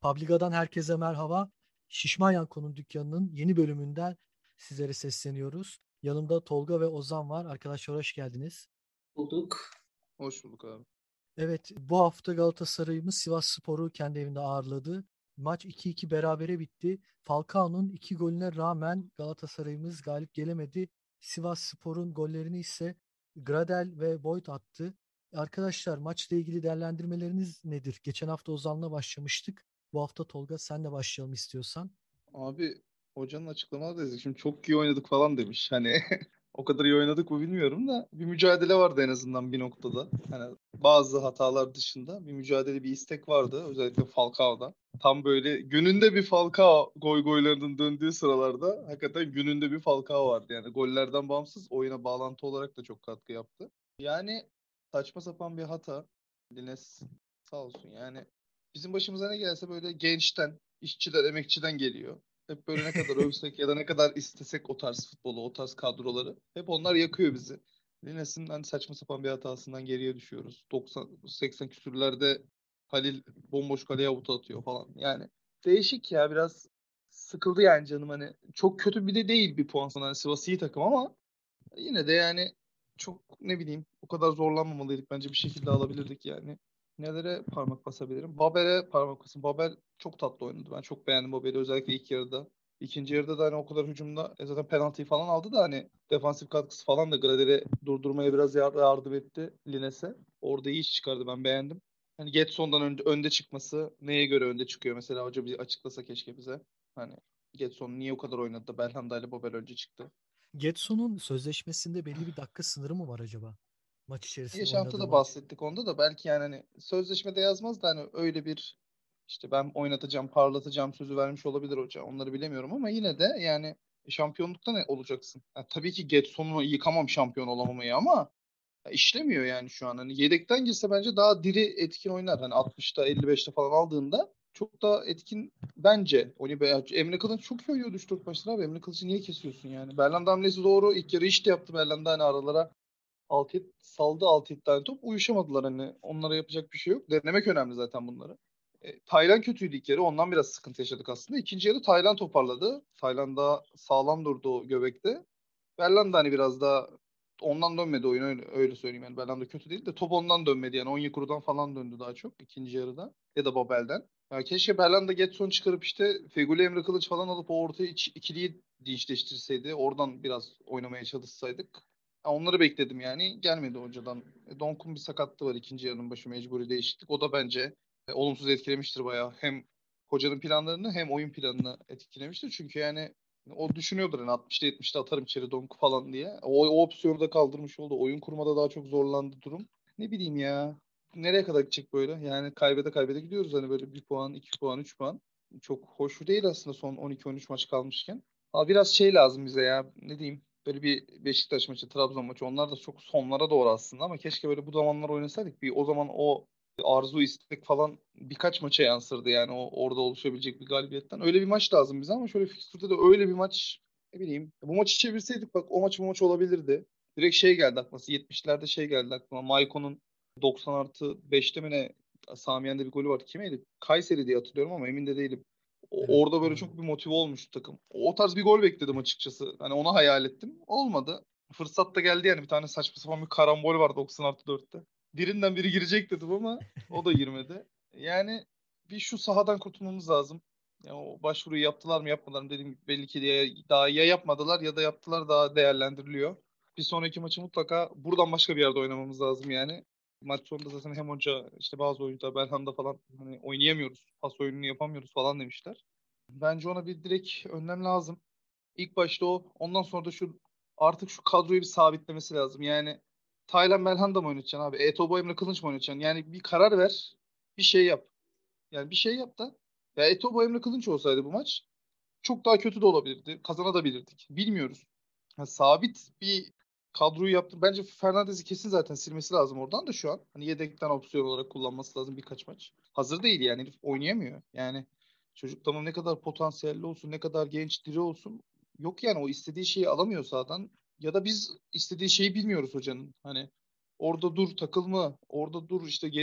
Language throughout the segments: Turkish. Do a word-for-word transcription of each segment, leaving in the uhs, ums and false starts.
Publiga'dan herkese merhaba. Şişman Yanko'nun dükkanının yeni bölümünden sizlere sesleniyoruz. Yanımda Tolga ve Ozan var. Arkadaşlar hoş geldiniz. Bulduk. Hoş bulduk abi. Evet, bu hafta Galatasaray'ımız Sivasspor'u kendi evinde ağırladı. Maç iki iki berabere bitti. Falcao'nun iki golüne rağmen Galatasaray'ımız galip gelemedi. Sivasspor'un gollerini ise Gradel ve Boyd attı. Arkadaşlar maçla ilgili değerlendirmeleriniz nedir? Geçen hafta Ozan'la başlamıştık. Bu hafta Tolga senle başlayalım istiyorsan. Abi hocanın açıklamaları da izledik. Şimdi çok iyi oynadık falan demiş. Hani o kadar iyi oynadık mı bilmiyorum da bir mücadele vardı en azından bir noktada. Hani bazı hatalar dışında bir mücadele, bir istek vardı. Özellikle Falcao'da. Tam böyle gününde bir Falcao goy goylarının döndüğü sıralarda hakikaten gününde bir Falcao vardı. Yani gollerden bağımsız oyuna bağlantı olarak da çok katkı yaptı. Yani saçma sapan bir hata. Lines sağ olsun yani. Bizim başımıza ne gelse böyle gençten, işçiler, emekçiden geliyor. Hep böyle ne kadar övsek ya da ne kadar istesek o tarz futbolu, o tarz kadroları. Hep onlar yakıyor bizi. Lines'in hani saçma sapan bir hatasından geriye düşüyoruz. doksan seksen küsürlerde Halil bomboş kaleye avuta atıyor falan. Yani değişik ya, biraz sıkıldı yani canım, hani çok kötü bir de değil bir puan sonra. Hani Sivas iyi takım ama yine de yani çok ne bileyim o kadar zorlanmamalıydık, bence bir şekilde alabilirdik yani. Nelere parmak basabilirim? Babel'e parmak basın. Babel çok tatlı oynadı. Ben çok beğendim Babel'i, özellikle ilk yarıda. İkinci yarıda da hani o kadar hücumda e, zaten penaltıyı falan aldı da hani defansif katkısı falan da Grader'i durdurmaya biraz yar- yardım etti Lines'e. Orada iyi iş çıkardı, ben beğendim. Hani Getson'dan önde, önde çıkması neye göre önde çıkıyor mesela, hoca bir açıklasa keşke bize. Hani Getson niye o kadar oynadı da Belhanda ile Babel önce çıktı. Getson'un sözleşmesinde belli bir dakika sınırı mı var acaba? Maç içerisinde Geçen hafta oynadığı da maç. bahsettik onda da, belki yani hani sözleşmede yazmaz da hani öyle bir işte ben oynatacağım, parlatacağım sözü vermiş olabilir hoca. Onları bilemiyorum ama yine de yani şampiyonlukta ne olacaksın? Ha, tabii ki Getson'u yıkamam şampiyon olamamayı ama ya işlemiyor yani şu an. Hani yedekten girse bence daha diri, etkin oynar. Hani altmışta elli beşte falan aldığında çok daha etkin bence. Oli Bey, Emre Kılıç çok iyi oynuyordu üç dört maçtır abi. Emre Kılıç'ı niye kesiyorsun yani? Berlanda hamlesi doğru. İlk yarı işte yaptı Berlanda, hani aralara alt hit saldı, alt hit tane top. Uyuşamadılar hani. Onlara yapacak bir şey yok. Denemek önemli zaten bunları. E, Taylan kötüydü ilk yarı. Ondan biraz sıkıntı yaşadık aslında. İkinci yarı Taylan toparladı. Taylan daha sağlam durdu o göbekte. Berlanda hani biraz daha ondan dönmedi oyun, öyle, öyle söyleyeyim yani. Berlanda kötü değil de top ondan dönmedi yani. Onyekuru'dan falan döndü daha çok ikinci yarıda. Ya da Babel'den. Ya keşke Berlanda Getson çıkarıp işte Feguli Emre Kılıç falan alıp o ortaya iç- ikiliyi dinçleştirseydi. Oradan biraz oynamaya çalışsaydık. Ha, onları bekledim yani. Gelmedi hocadan. E, Donk'un bir sakatlığı var ikinci yarının başı, mecburi değişiklik. O da bence e, olumsuz etkilemiştir bayağı. Hem hocanın planlarını hem oyun planını etkilemiştir. Çünkü yani o düşünüyordur hani altmışta yetmişte atarım içeri Donk'u falan diye. O, o opsiyonu da kaldırmış oldu. Oyun kurmada daha çok zorlandı durum. Ne bileyim ya. Nereye kadar gidecek böyle? Yani kaybede kaybede gidiyoruz hani, böyle bir puan, iki puan, üç puan. Çok hoş değil aslında son on iki on üç maç kalmışken. Ama biraz şey lazım bize ya. Ne diyeyim? Böyle bir Beşiktaş maçı, Trabzon maçı. Onlar da çok sonlara doğru aslında ama keşke böyle bu zamanlar oynasaydık. Bir o zaman o arzu, istek falan birkaç maça yansırdı yani, o orada oluşabilecek bir galibiyetten. Öyle bir maç lazım bize ama şöyle fikstürde de öyle bir maç, ne bileyim. Bu maçı çevirseydik bak, o maç bu maç olabilirdi. Direkt şey geldi aklıma. yetmişlerde şey geldi aklıma. Maiko'nun doksan artı beşte mi ne Sami Yen'de bir golü var. Kimeydi? Kayseri diye hatırlıyorum ama emin de değilim. O- Evet, Orada böyle doğru. çok bir motive olmuştu takım. O tarz bir gol bekledim açıkçası. Hani onu hayal ettim. Olmadı. Fırsat da geldi yani. Bir tane saçma sapan bir karambol var doksan artı dörtte. Birinden biri girecek dedim ama o da girmedi. Yani bir şu sahadan kurtulmamız lazım. Ya o başvuruyu yaptılar mı yapmadılar mı, dediğim gibi belli ki diye daha ya yapmadılar ya da yaptılar, daha değerlendiriliyor. Bir sonraki maçı mutlaka buradan başka bir yerde oynamamız lazım yani. Maç sonunda zaten hem hoca işte bazı oyuncular Belhanda falan hani oynayamıyoruz, pas oyununu yapamıyoruz falan demişler. Bence ona bir direkt önlem lazım. İlk başta o. Ondan sonra da şu artık şu kadroyu bir sabitlemesi lazım. Yani Taylan Belhanda mı oynatacaksın abi? Etobo Emre Kılınç mı oynatacaksın? Yani bir karar ver. Bir şey yap. Yani bir şey yap da. Ya Etobo Emre Kılınç olsaydı bu maç çok daha kötü de olabilirdi. Kazanabilirdik. Bilmiyoruz. Ha, sabit bir kadroyu yaptı. Bence Fernandez'i kesin zaten silmesi lazım oradan da şu an. Hani yedekten opsiyon olarak kullanması lazım birkaç maç. Hazır değil yani, herif oynayamıyor. Yani çocuk tamam, ne kadar potansiyelli olsun, ne kadar genç, diri olsun. Yok yani, o istediği şeyi alamıyor sahadan. Ya da biz istediği şeyi bilmiyoruz hocanın. Hani orada dur takılma, orada dur işte geri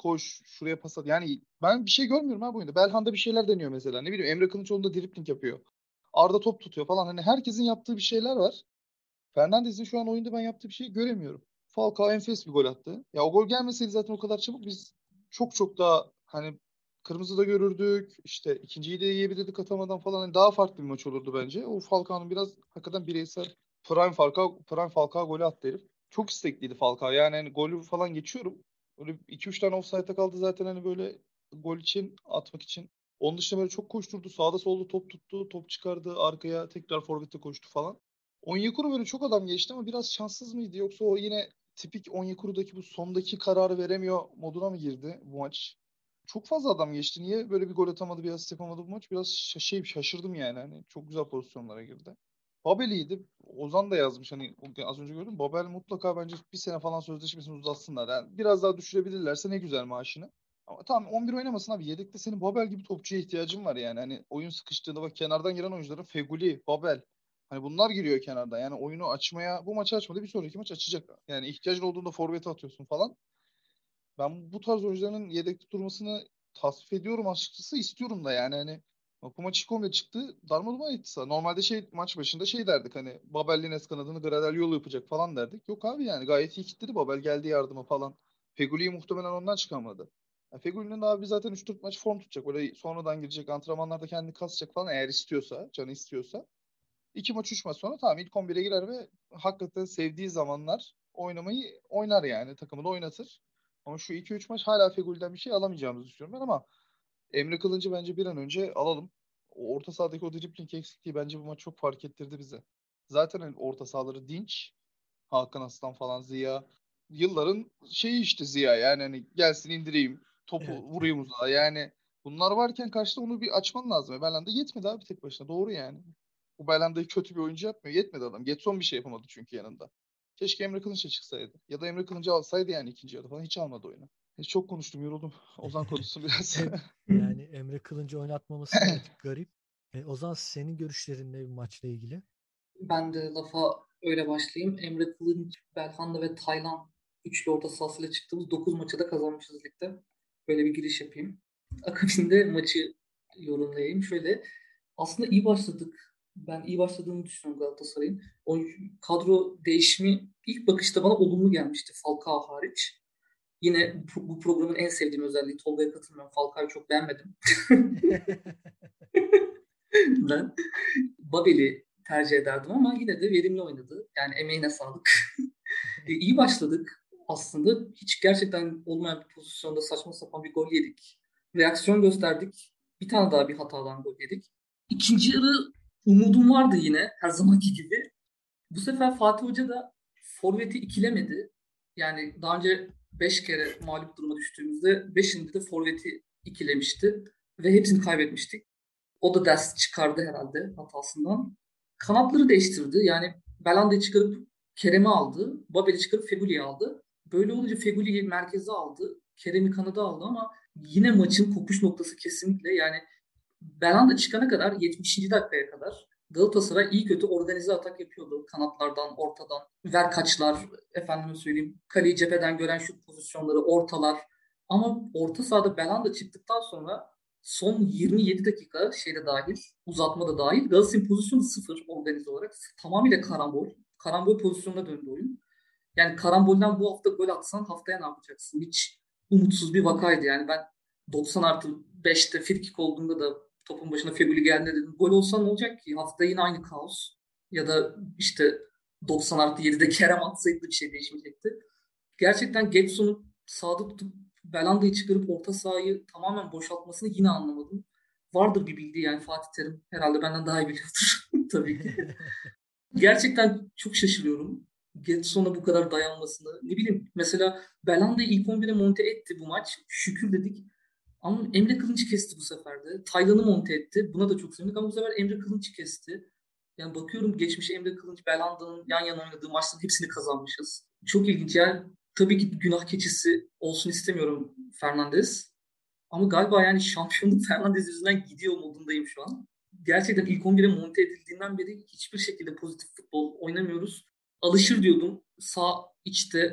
koş, şuraya pas at. Yani ben bir şey görmüyorum ha bu oyunda. Belhanda bir şeyler deniyor mesela. Ne bileyim Emre Kılıçoğlu da dribling yapıyor. Arda top tutuyor falan. Hani herkesin yaptığı bir şeyler var. Fernandez'in şu an oyunda ben yaptığı bir şey göremiyorum. Falcao enfes bir gol attı. Ya o gol gelmeseydi zaten o kadar çabuk biz çok çok daha hani kırmızı da görürdük. İşte ikinciyi de yiyebilirdik atamadan falan. Hani daha farklı bir maç olurdu bence. O Falcao'nun biraz hakikaten bireysel prime Falcao, prime Falcao golü attı herif. Çok istekliydi Falcao. Yani hani golü falan geçiyorum. Böyle iki üç tane offside'e kaldı zaten hani böyle gol için atmak için. Onun dışında böyle çok koşturdu. Sağda solda top tuttu. Top çıkardı. Arkaya tekrar forvete koştu falan. Onyekuru böyle çok adam geçti ama biraz şanssız mıydı yoksa o yine tipik Onyekuru'daki bu sondaki kararı veremiyor moduna mı girdi bu maç? Çok fazla adam geçti. Niye böyle bir gol atamadı, bir asist yapamadı bu maç? Biraz şa- şey şaşırdım yani. Hani çok güzel pozisyonlara girdi. Babel iyiydi. Ozan da yazmış hani az önce gördüm. Babel mutlaka bence bir sene falan sözleşmesini uzatsınlar. Yani biraz daha düşürebilirlerse ne güzel maaşını. Ama tamam on bir oynamasın abi. Yedekte senin Babel gibi topçuya ihtiyacın var yani. Hani oyun sıkıştığında bak kenardan giren oyuncuların Feguli, Babel. Hani bunlar giriyor kenarda. Yani oyunu açmaya bu maçı açmadı bir sonraki maç açacak. Yani ihtiyacın olduğunda forvete atıyorsun falan. Ben bu tarz oyuncuların yedekte durmasını tasvip ediyorum açıkçası istiyorum da yani hani bak bu maç ilk on bir çıktı darmadağın etti sana. Normalde şey maç başında şey derdik hani Babel Lines kanadını Gradel yolu yapacak falan derdik. Yok abi yani gayet iyi kitledi Babel geldi yardıma falan. Feguli'yi muhtemelen ondan çıkamadı. Ya Feguli'nin abi zaten üç dört maç form tutacak. Böyle sonradan girecek antrenmanlarda kendini kasacak falan eğer istiyorsa, canı istiyorsa. İki maç üç maç sonra tamam ilk on bire girer ve hakikaten sevdiği zamanlar oynamayı oynar yani takımı da oynatır. Ama şu iki üç maç hala Fegül'den bir şey alamayacağımızı düşünüyorum ben ama Emre Kılınç'ı bence bir an önce alalım. O orta sahadaki o dribbling eksikliği bence bu maç çok fark ettirdi bize. Zaten hani orta sahaları Dinç, Hakan Aslan falan Ziya. Yılların şeyi işte Ziya yani hani gelsin indireyim topu Evet. vurayım uzağa yani bunlar varken karşıda onu bir açman lazım. Belhanda yetmedi abi tek başına doğru yani. Bu Belhanda'yı kötü bir oyuncu yapmıyor. Yetmedi adam. Getson bir şey yapamadı çünkü yanında. Keşke Emre Kılınç'a çıksaydı. Ya da Emre Kılınç'ı alsaydı yani ikinci yarı falan. Hiç almadı oyunu. Hiç çok konuştum yoruldum. Ozan konuşsun biraz. Em- Yani Emre Kılınç'ı oynatmaması evet garip. E, Ozan senin görüşlerin ne bu maçla ilgili? Ben de lafa öyle başlayayım. Emre Kılınç, Belhanda ve Taylan üçlü orta sahasıyla çıktığımız dokuz maçı da kazanmışız ligde. Böyle bir giriş yapayım. Akabinde maçı yorumlayayım. Şöyle aslında iyi başladık. Ben iyi başladığını düşünüyorum Galatasaray'ın. O kadro değişimi ilk bakışta bana olumlu gelmişti Falcao hariç. Yine bu, bu programın en sevdiğim özelliği Tolga'ya katılmıyorum. Falcao'yu çok beğenmedim. Ben Babel'i tercih ederdim ama yine de verimli oynadı. Yani emeğine sağlık. E, iyi başladık aslında. Hiç gerçekten olmayan bir pozisyonda saçma sapan bir gol yedik. Reaksiyon gösterdik. Bir tane daha bir hatadan gol yedik. İkinci yarı umudum vardı yine her zamanki gibi. Bu sefer Fatih Hoca da forveti ikilemedi. Yani daha önce beş kere mağlup duruma düştüğümüzde beşinde de forveti ikilemişti. Ve hepsini kaybetmiştik. O da ders çıkardı herhalde hatasından. Kanatları değiştirdi. Yani Belanda'yı çıkarıp Kerem'i aldı. Babel'i çıkarıp Feguli'yi aldı. Böyle olunca Feguli'yi merkeze aldı. Kerem'i kanada aldı ama yine maçın kopuş noktası kesinlikle. Yani Belanda çıkana kadar yetmişinci dakikaya kadar Galatasaray iyi kötü organize atak yapıyordu. Kanatlardan, ortadan. Ver kaçlar, efendime söyleyeyim. Kaleyi cepheden gören şut pozisyonları, ortalar. Ama orta sahada Belanda çıktıktan sonra son yirmi yedi dakika şeyde dahil, uzatmada dahil Galatasaray'ın pozisyonu sıfır organize olarak. Tamamıyla karambol. Karambol pozisyonuna döndü oyun. Yani karambolden bu hafta gol atsan haftaya ne yapacaksın? Hiç umutsuz bir vakaydı. Yani ben doksan artı beşte frikik olduğunda da topun başına Feguli geldiğinde dedim gol olsa ne olacak ki? Hafta yine aynı kaos. Ya da işte doksan artı yedide Kerem atsaydı bir şey değişmeyecekti. Gerçekten Getson'u sağda tutup Belanda'yı çıkarıp orta sahayı tamamen boşaltmasını yine anlamadım. Vardır bir bildiği yani Fatih Terim herhalde benden daha iyi biliyordur tabii ki. Gerçekten çok şaşırıyorum. Getson'a bu kadar dayanmasını. Ne bileyim mesela Belanda'yı ilk on bire monte etti bu maç. Şükür dedik. Ama Emre Kılınç'ı kesti bu sefer de. Taylan'ı monte etti. Buna da çok sevindik ama bu sefer Emre Kılınç'ı kesti. Yani bakıyorum geçmiş Emre Kılınç, Belanda'nın yan yana oynadığı maçların hepsini kazanmışız. Çok ilginç yani. Tabii ki günah keçisi olsun istemiyorum Fernandes. Ama galiba yani şampiyonluk Fernandes yüzünden gidiyor modundayım şu an. Gerçekten ilk on bire monte edildiğinden beri hiçbir şekilde pozitif futbol oynamıyoruz. Alışır diyordum. Sağ içte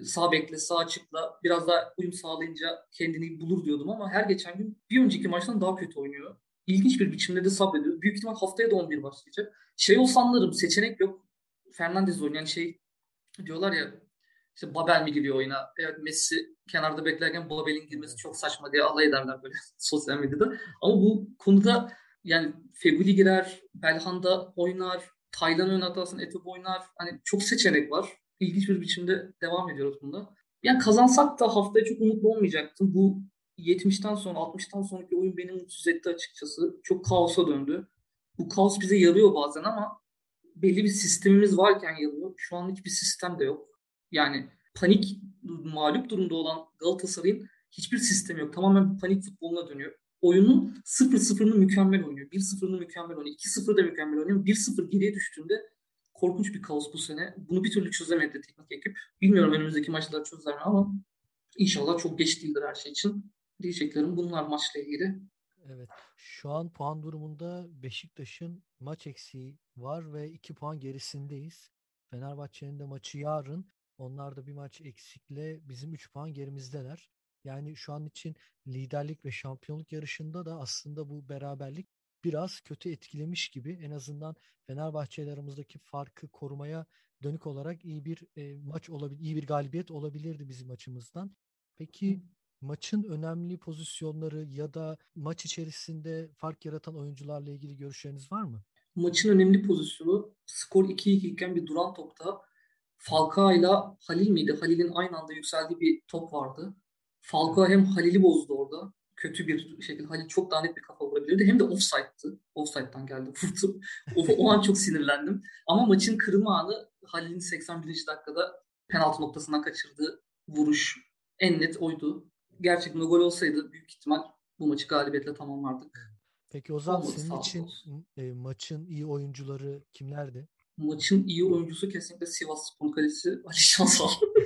sağ bekle, sağ açıkla biraz daha uyum sağlayınca kendini bulur diyordum ama her geçen gün bir önceki maçtan daha kötü oynuyor. İlginç bir biçimde de sabrediyor. Büyük ihtimal haftaya da on bir başlayacak. Şey olsa anlarım, seçenek yok. Fernandes oynuyor. Yani şey diyorlar ya, işte Babel mi giriyor oyuna? Evet, Messi kenarda beklerken Babel'in girmesi çok saçma diye alay ederler böyle sosyal medyada. Ama bu konuda yani Feguli girer, Belhanda oynar, Taylan ön hatasın, Etebo oynar. Hani çok seçenek var. İlginç bir biçimde devam ediyoruz bunda. Yani kazansak da haftaya çok umutlu olmayacaktım. Bu yetmişten sonra altmıştan sonraki oyun beni mutsuz etti açıkçası. Çok kaosa döndü. Bu kaos bize yarıyor bazen ama belli bir sistemimiz varken yarıyor. Şu an hiçbir sistem de yok. Yani panik, mağlup durumda olan Galatasaray'ın hiçbir sistemi yok. Tamamen panik futboluna dönüyor. Oyunun sıfır sıfırını mükemmel oynuyor. bir sıfırını mükemmel oynuyor. iki sıfır da mükemmel oynuyor. bir sıfır geriye düştüğünde korkunç bir kaos bu sene. Bunu bir türlü çözemedi teknik ekip. Bilmiyorum önümüzdeki maçlar çözer mi ama inşallah çok geç değildir her şey için. Diyeceklerim bunlar maçla ilgili. Evet. Şu an puan durumunda Beşiktaş'ın maç eksiği var ve iki puan gerisindeyiz. Fenerbahçe'nin de maçı yarın. Onlar da bir maç eksikle bizim üç puan gerimizdeler. Yani şu an için liderlik ve şampiyonluk yarışında da aslında bu beraberlik biraz kötü etkilemiş gibi. En azından Fenerbahçe ile aramızdaki farkı korumaya dönük olarak iyi bir e, maç olabilir, iyi bir galibiyet olabilirdi bizim açımızdan. Peki maçın önemli pozisyonları ya da maç içerisinde fark yaratan oyuncularla ilgili görüşleriniz var mı? Maçın önemli pozisyonu skor iki iki iken bir duran topta Falcao ile Halil miydi? Halil'in aynı anda yükseldiği bir top vardı. Falcao hem Halil'i bozdu orada. Kötü bir şekilde. Halil çok daha net bir kafa vurabilirdi. Hem de offside'tı. Offside'dan geldi vurdu. O, o an çok sinirlendim. Ama maçın kırılma anı Halil'in seksen birinci dakikada penaltı noktasından kaçırdığı vuruş. En net oydu. Gerçekten o gol olsaydı büyük ihtimal bu maçı galibiyetle tamamlardık. Peki Ozan, Olmadı, senin sağlık için olsun. e, maçın iyi oyuncuları kimlerdi? Maçın iyi oyuncusu kesinlikle Sivasspor'un kalecisi Ali Şansal.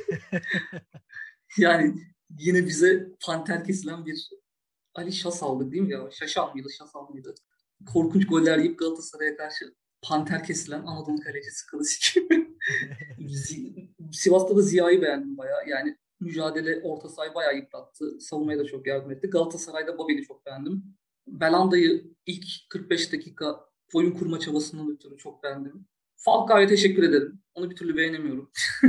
Yani yine bize panter kesilen bir Ali Şasal'dı değil mi ya? Şaşal mıydı, Şasal mıydı? Korkunç goller yiyip Galatasaray'a karşı panter kesilen Anadolu kalecisi klasik. Zi- Sivas'ta da Ziya'yı beğendim bayağı. Yani mücadele orta sahayı bayağı yıprattı. Savunmaya da çok yardım etti. Galatasaray'da Babel'i çok beğendim. Belanda'yı ilk kırk beş dakika oyun kurma çabasından ötürü çok beğendim. Falcao'ya teşekkür ederim. Onu bir türlü beğenemiyorum.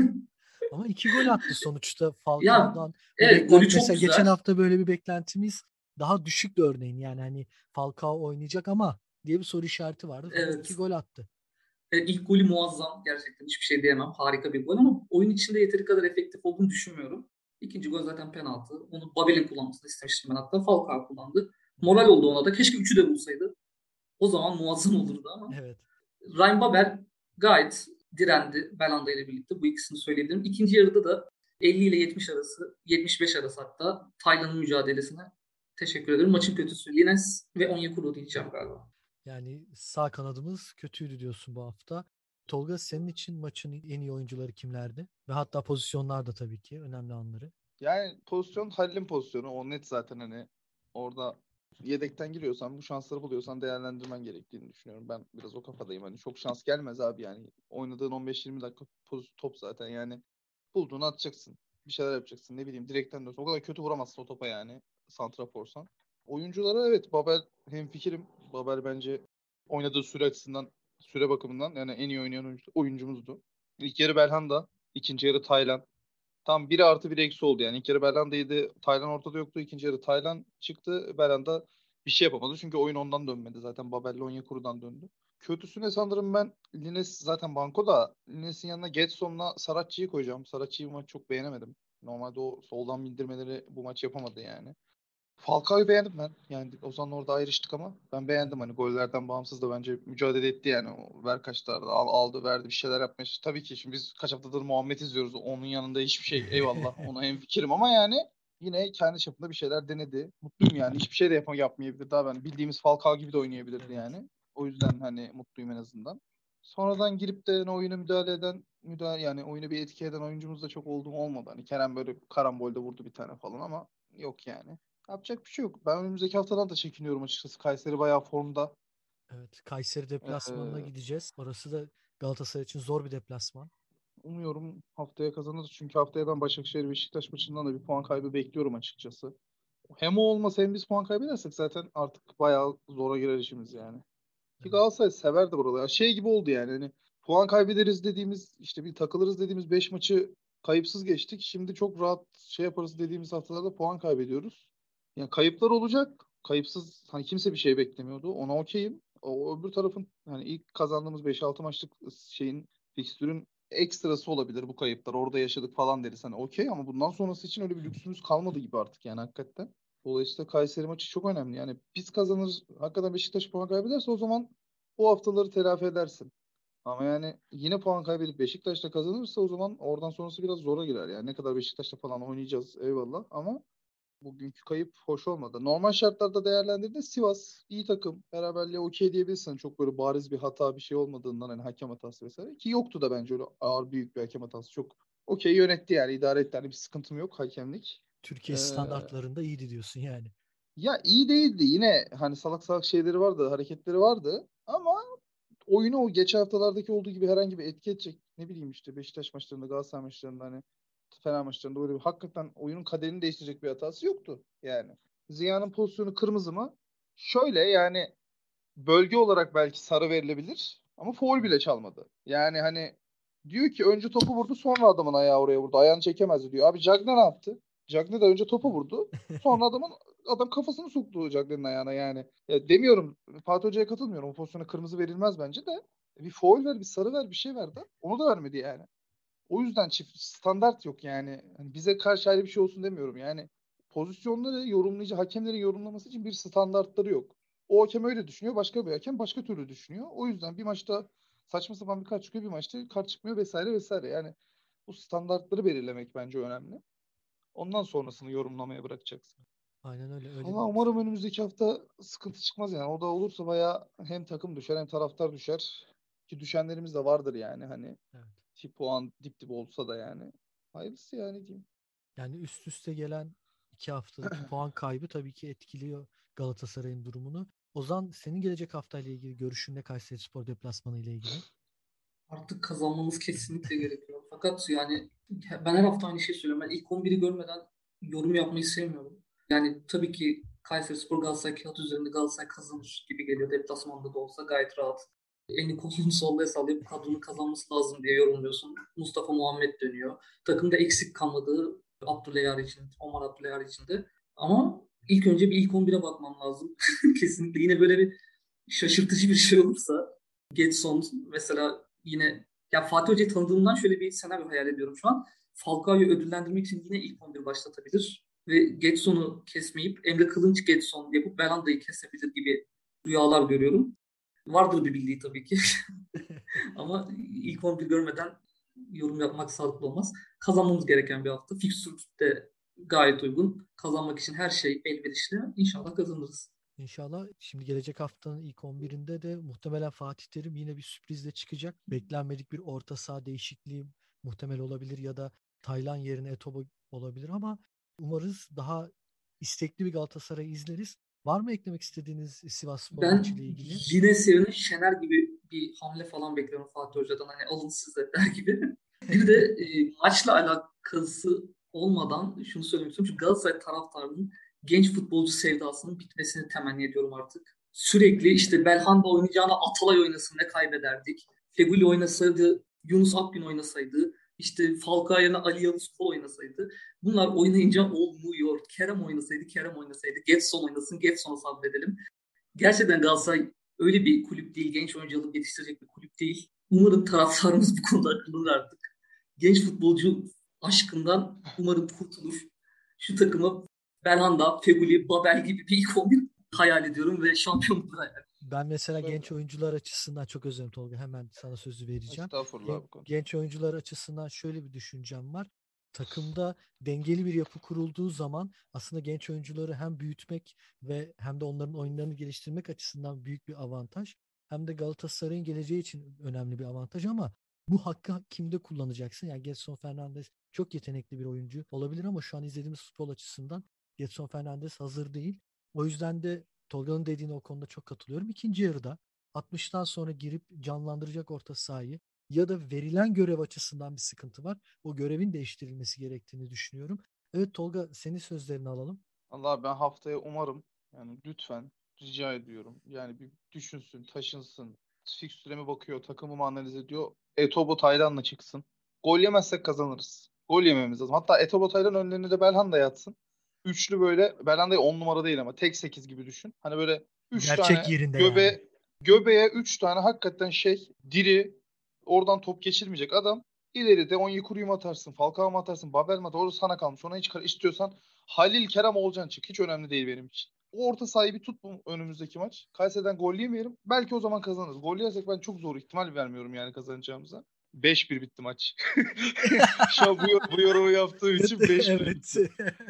Ama iki gol attı sonuçta Ya Falcao'dan. Bu evet, golü beklenti çok mesela geçen güzel. hafta böyle bir beklentimiz daha düşüktü örneğin. Yani hani Falcao oynayacak ama diye bir soru işareti vardı. Fakat iki Evet. gol attı. E, ilk golü muazzam. Gerçekten hiçbir şey diyemem. Harika bir gol ama oyun içinde yeteri kadar efektif olduğunu düşünmüyorum. İkinci gol zaten penaltı. Onu Babel'in kullanmasını istemiştim ben hatta. Falcao kullandı. Moral oldu ona da. Keşke üçü de bulsaydı. O zaman muazzam olurdu ama. Evet. Ryan Babel gayet direndi Belanda ile birlikte. Bu ikisini söyleyebilirim. İkinci yarıda da elli ile yetmiş arası, yetmiş beş arası hatta Taylan'ın mücadelesine teşekkür ederim. Maçın kötüsü Lines ve Onyekuru diyeceğim galiba. Yani sağ kanadımız kötüydü diyorsun bu hafta. Tolga, senin için maçın en iyi oyuncuları kimlerdi? Ve hatta pozisyonlar da tabii ki önemli anları. Yani pozisyon Halil'in pozisyonu. O net zaten hani orada yedekten giriyorsan bu şansları buluyorsan değerlendirmen gerektiğini düşünüyorum. Ben biraz o kafadayım. Hani çok şans gelmez abi yani. Oynadığın on beş yirmi dakika poz- top zaten yani. Bulduğunu atacaksın. Bir şeyler yapacaksın. Ne bileyim direkten dönsün. O kadar kötü vuramazsın o topa yani. Santraforsan. Oyunculara evet Babel hemfikirim. Babel bence oynadığı süre açısından süre bakımından yani en iyi oynayan oyuncu, oyuncumuzdu. İlk yarı Belhanda. İkinci yarı Taylan. Tam biri artı biri eksi oldu yani. İlk yarı Belhanda'ydı. Taylan ortada yoktu. İkinci yarı Taylan çıktı. Belhanda bir şey yapamadı. Çünkü oyun ondan dönmedi. Zaten Babel'le Onyekuru'dan döndü. Kötüsüne sanırım ben Lines zaten banko da Lines'in yanına Getson'la Saratçı'yı koyacağım. Saratçı'yı bu maç çok beğenemedim. Normalde o soldan bindirmeleri bu maç yapamadı yani. Falcao'yu beğendim ben. Yani Ozan'la orada ayrıştık ama ben beğendim hani gollerden bağımsız da bence mücadele etti yani. O ver kaçlarda al, aldı verdi bir şeyler yapmaya. Tabii ki şimdi biz kaç haftadır Muhammed izliyoruz. Onun yanında hiçbir şey eyvallah ona hemfikirim ama yani yine kendi çapında bir şeyler denedi. Mutluyum yani. Hiçbir şey de yap yapmayabilir. Daha ben bildiğimiz Falcao gibi de oynayabilirdi Evet. yani. O yüzden hani mutluyum en azından. Sonradan girip de yani oyuna müdahale eden müdahale yani oyunu bir etki eden oyuncumuz da çok oldu mu olmadı. Hani Kerem böyle karambolde vurdu bir tane falan ama yok yani. Yapacak bir şey yok. Ben önümüzdeki haftadan da çekiniyorum açıkçası. Kayseri bayağı formda. Evet. Kayseri deplasmanına Ee, gideceğiz. Orası da Galatasaray için zor bir deplasman. umuyorum haftaya kazanırız. Çünkü haftaya ben Başakşehir Beşiktaş maçından da bir puan kaybı bekliyorum açıkçası. Hem o olmasa hem biz puan kaybedersek zaten artık bayağı zora girer işimiz yani. Ki Evet. Galatasaray sever de buraları. Şey gibi oldu yani. Hani puan kaybederiz dediğimiz, işte bir takılırız dediğimiz beş maçı kayıpsız geçtik. Şimdi çok rahat şey yaparız dediğimiz haftalarda puan kaybediyoruz. Yani kayıplar olacak. Kayıpsız hani kimse bir şey beklemiyordu. Ona okeyim. O öbür tarafın hani ilk kazandığımız beş altı maçlık şeyin, fikstürün ekstrası olabilir bu kayıplar. Orada yaşadık falan deriz. Hani okey, ama bundan sonrası için öyle bir lüksümüz kalmadı gibi artık yani hakikaten. Dolayısıyla Kayseri maçı çok önemli. Yani biz kazanır, hakikaten Beşiktaş puan kaybederse o zaman o haftaları telafi edersin. Ama yani yine puan kaybedip Beşiktaş'ta kazanırsa o zaman oradan sonrası biraz zora girer. Yani ne kadar Beşiktaş'ta falan oynayacağız eyvallah, ama bugünkü kayıp hoş olmadı. Normal şartlarda değerlendirdiğinde Sivas iyi takım. Beraberliğe okey diyebilirsin. Çok böyle bariz bir hata, bir şey olmadığından, hani hakem hatası vesaire. Ki yoktu da bence öyle ağır büyük bir hakem hatası. Çok okey yönetti yani, idare etti. Hani bir sıkıntım yok hakemlik. Türkiye Ee, standartlarında iyiydi diyorsun yani. Ya iyi değildi. Yine hani salak salak şeyleri vardı, hareketleri vardı. Ama oyunu o geçen haftalardaki olduğu gibi herhangi bir etki edecek. Ne bileyim işte Beşiktaş maçlarında, Galatasaray maçlarında, hani Fener maçlarında böyle bir hakikaten oyunun kaderini değiştirecek bir hatası yoktu yani. Ziya'nın pozisyonu kırmızı mı? Şöyle yani, bölge olarak belki sarı verilebilir ama faul bile çalmadı. Yani hani diyor ki önce topu vurdu, sonra adamın ayağı oraya vurdu. Ayağını çekemezdi diyor. Abi Cagney ne yaptı? Cagney de önce topu vurdu. Sonra adamın adam kafasını soktu Cagney'in ayağına yani. Ya demiyorum, Fatih Hoca'ya katılmıyorum. O pozisyona kırmızı verilmez bence de. Bir faul ver, bir sarı ver, bir şey ver de. Onu da vermedi yani. O yüzden çift standart yok yani. Hani bize karşı ayrı bir şey olsun demiyorum. Yani pozisyonları yorumlayıcı hakemlerin yorumlaması için bir standartları yok. O hakem öyle düşünüyor, başka bir hakem başka türlü düşünüyor. O yüzden bir maçta saçma sapan bir kart çıkıyor, bir maçta kart çıkmıyor vesaire vesaire. Yani bu standartları belirlemek bence önemli. Ondan sonrasını yorumlamaya bırakacaksın. Aynen öyle. Öyle Valla bir umarım önümüzdeki hafta sıkıntı çıkmaz yani. O da olursa bayağı hem takım düşer hem taraftar düşer. Ki düşenlerimiz de vardır yani, hani evet. iki puan dip dip olsa da yani. Hayırlısı yani diyeyim. Yani üst üste gelen iki haftadaki puan kaybı tabii ki etkiliyor Galatasaray'ın durumunu. Ozan, senin gelecek haftayla ilgili görüşün ne Kayserispor deplasmanı ile ilgili? Artık kazanmamız kesinlikle gerekiyor. Fakat yani ben her hafta aynı şeyi söylüyorum. Ben ilk on biri görmeden yorum yapmayı sevmiyorum. Yani tabii ki Kayserispor Galatasaray kağıt üzerinde Galatasaray kazanır gibi geliyor. Deplasmanda da olsa gayet rahat. Elini kolunu sallaya sallaya bu kadronun kazanması lazım diye yorumluyorsun. Mustafa Muhammed dönüyor. Takımda eksik kalmadığı Abdüleyar için, Omar Abdüleyar için de. Ama ilk önce bir ilk on bire bakmam lazım. Kesinlikle yine böyle bir şaşırtıcı bir şey olursa Gedson mesela yine, ya Fatih Hoca'yı tanıdığımdan şöyle bir senaryo hayal ediyorum şu an. Falcao'yu ödüllendirmek için yine ilk on bir başlatabilir ve Gedson'u kesmeyip Emre Kılınç Gedson yapıp Belanda'yı kesebilir gibi rüyalar görüyorum. Vardır bir bildiği tabii ki. Ama ilk on bir görmeden yorum yapmak sağlıklı olmaz. Kazanmamız gereken bir hafta. Fikstür de gayet uygun. Kazanmak için her şey elverişli. İnşallah kazanırız. İnşallah. Şimdi gelecek haftanın ilk on birinde de muhtemelen Fatih Terim yine bir sürprizle çıkacak. Beklenmedik bir orta saha değişikliği muhtemel olabilir ya da Taylan yerine Etobo olabilir ama umarız daha istekli bir Galatasaray izleriz. Var mı eklemek istediğiniz Sivasspor maçı Ben ile ilgili? Linesyo'nun Şener gibi bir hamle falan bekliyorum Fatih Hoca'dan. Hani alın size der gibi. Bir de e, maçla alakası olmadan şunu söylemek istiyorum. Çünkü Galatasaray taraftarının genç futbolcu sevdasının bitmesini temenni ediyorum artık. Sürekli işte Belhanda oynayacağına Atalay oynasın ne kaybederdik. Feguli oynasaydı, Yunus Akgün oynasaydı, işte Falcao yerine Ali Yavuz Kol oynasaydı. Bunlar oynayınca olmuyor. Kerem oynasaydı, Kerem oynasaydı. Getson oynasın, Getson'a sabredelim. Gerçekten Galatasaray öyle bir kulüp değil. Genç oyuncu alıp yetiştirecek bir kulüp değil. Umarım taraftarımız bu konuda akıllıdır artık. Genç futbolcu aşkından umarım kurtulur. Şu takımı Belhanda, Feguli, Babel gibi bir ilk on bir hayal ediyorum ve şampiyonluk hayal ediyorum. Ben mesela Ben genç de. oyuncular açısından çok özledim Tolga. Hemen sana sözü vereceğim. Estağfurullah Gen- bu konuda. Genç oyuncular açısından şöyle bir düşüncem var. Takımda dengeli bir yapı kurulduğu zaman aslında genç oyuncuları hem büyütmek ve hem de onların oyunlarını geliştirmek açısından büyük bir avantaj. Hem de Galatasaray'ın geleceği için önemli bir avantaj ama bu hakkı kimde kullanacaksın? Yani Gedson Fernandes çok yetenekli bir oyuncu olabilir ama şu an izlediğimiz futbol açısından Gedson Fernandes hazır değil. O yüzden de Tolga'nın dediğine o konuda çok katılıyorum. İkinci yarıda altmıştan sonra girip canlandıracak orta sahayı ya da verilen görev açısından bir sıkıntı var. O görevin değiştirilmesi gerektiğini düşünüyorum. Evet Tolga, senin sözlerini alalım. Allah ben haftaya umarım yani lütfen rica ediyorum. Yani bir düşünsün, taşınsın. Fikstüreme bakıyor, takımımı analiz ediyor. Etobo Taylan'la çıksın. Gol yemezsek kazanırız. Gol yememiz lazım. Hatta Etobo Taylan önlerine de Belhanda yatsın. Üçlü böyle Belhanda'yı on numara değil ama tek sekiz gibi düşün. Hani böyle üç Gerçek tane yerinde yani. göbe göbeğe üç tane hakikaten şey diri oradan top geçirmeyecek adam. İleride Onyekuru'yu mu atarsın, Falcao'yu mu atarsın, Babel mi atarsın? Orada sana kalmış. Ona hiç kar- istiyorsan Halil Kerem Olcan çık. Hiç önemli değil benim için. O orta sahayı bir tut bu önümüzdeki maç. Kayseri'den gol yemeyelim. Belki o zaman kazanırız. Gol yersek ben çok zor ihtimal vermiyorum yani kazanacağımıza. beş bir bitti maç. Şu an bu, bu yorumu yaptığım için beş bir Evet. bitti.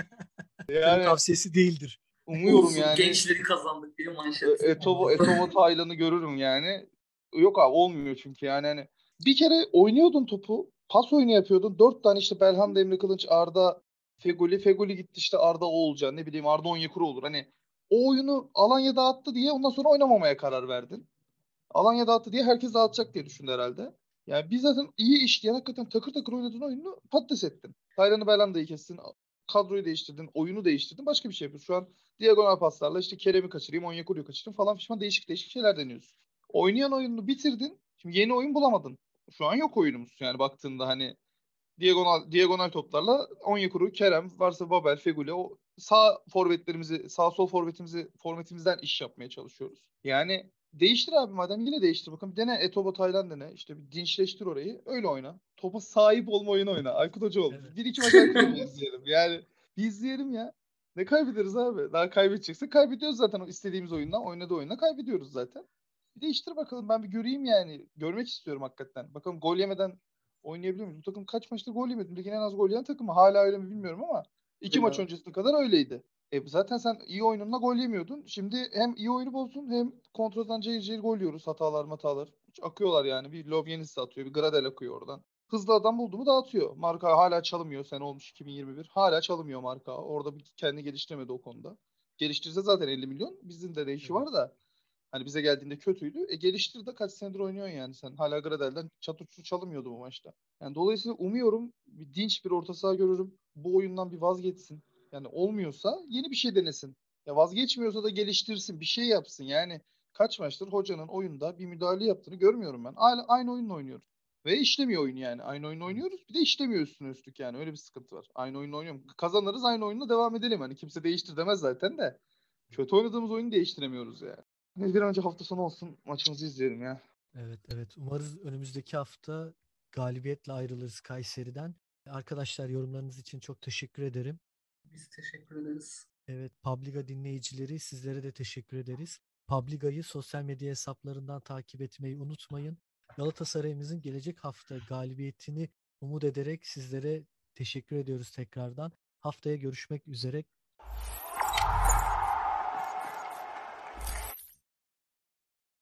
Kamu Yani tavsiyesi değildir. umuyorum Olsun, yani gençleri kazandık bir manşet. E- Etobo, Etobo Taylan'ı görürüm yani. Yok abi olmuyor çünkü yani hani bir kere oynuyordun topu. Pas oyunu yapıyordun. Dört tane işte Belhanda, Emre Kılınç, Arda, Fegoli. Fegoli gitti işte Arda Oğulcan. Ne bileyim Arda Onyekuru olur. Hani o oyunu Alanya dağıttı diye ondan sonra oynamamaya karar verdin. Alanya dağıttı diye herkes dağıtacak diye düşündü herhalde. Yani biz zaten iyi işleyen hakikaten takır takır oynadığın oyunu patates ettin. Taylan'ı Belhanda'yı kestin. Kadroyu değiştirdin. Oyunu değiştirdin. Başka bir şey yapıyorsun. Şu an diagonal paslarla işte Kerem'i kaçırayım, Onyekuru'yu kaçırayım falan fişman değişik değişik şeyler deniyorsun. Oynayan oyununu bitirdin. Şimdi yeni oyun bulamadın. Şu an yok oyunumuz. Yani baktığında hani diagonal diagonal toplarla Onyekuru, Kerem, varsa Babel, Feguli o sağ forvetlerimizi, sağ sol forvetimizi forvetimizden iş yapmaya çalışıyoruz. Yani değiştir abi madem yine değiştir. Bakın bir dene Etobo Taylan dene. İşte bir dinçleştir orayı. Öyle oyna. Topa sahip olma oyunu oyna. Aykut Hoca ol. Evet. Bir iki maç Aykut Hoca izleyelim. Yani bir izleyelim ya. Ne kaybederiz abi? Daha kaybedeceksin. Kaybediyoruz zaten o istediğimiz oyundan. Oynadığı oyundan kaybediyoruz zaten. Bir değiştir bakalım. Ben bir göreyim yani. Görmek istiyorum hakikaten. Bakalım gol yemeden oynayabiliyor muyuz? Bu takım kaç maçta gol yemedi? Ligin en az gol yiyen takımı. Hala öyle mi bilmiyorum ama iki Öyle maç abi. öncesine kadar öyleydi. E zaten sen iyi oyununla gol yemiyordun. Şimdi hem iyi oyunu bozdun hem kontradan cayır cayır gol yiyoruz. Hatalar matalar. Hiç akıyorlar yani. Bir Lovyenis atıyor. Bir Gradel akıyor oradan. Hızlı adam buldu mu dağıtıyor. Marka hala çalımıyor. Sene olmuş iki bin yirmi bir. Hala çalımıyor Marka. Orada bir kendi geliştiremedi o konuda. Geliştirse zaten elli milyon. Bizim de değişi Evet. var da. Hani bize geldiğinde kötüydü. E geliştir de kaç senedir oynuyorsun yani sen. Hala Gradel'den çatır çalımıyordu bu maçta. Yani dolayısıyla umuyorum bir dinç bir orta saha görürüm. Bu oyundan bir vazgeçsin. Yani olmuyorsa yeni bir şey denesin. Ya vazgeçmiyorsa da geliştirsin. Bir şey yapsın. Yani kaç maçtır hocanın oyunda bir müdahale yaptığını görmüyorum ben. Hala aynı oyunla oynuyoruz. Ve işlemiyor oyun yani. Aynı oyunu Evet. oynuyoruz. Bir de işlemiyor üstüne üstlük yani. Öyle bir sıkıntı var. Aynı oyunu oynuyorum. Kazanırız aynı oyunla devam edelim. Hani kimse değiştir demez zaten de. Kötü oynadığımız oyunu değiştiremiyoruz yani. Biz bir an önce hafta sonu olsun maçımızı izleyelim ya. Evet, evet. Umarız önümüzdeki hafta galibiyetle ayrılırız Kayseri'den. Arkadaşlar, yorumlarınız için çok teşekkür ederim. Biz teşekkür ederiz. Evet, Publiga dinleyicileri, sizlere de teşekkür ederiz. Publiga'yı sosyal medya hesaplarından takip etmeyi unutmayın. Galatasaray'ımızın gelecek hafta galibiyetini umut ederek sizlere teşekkür ediyoruz tekrardan. Haftaya görüşmek üzere.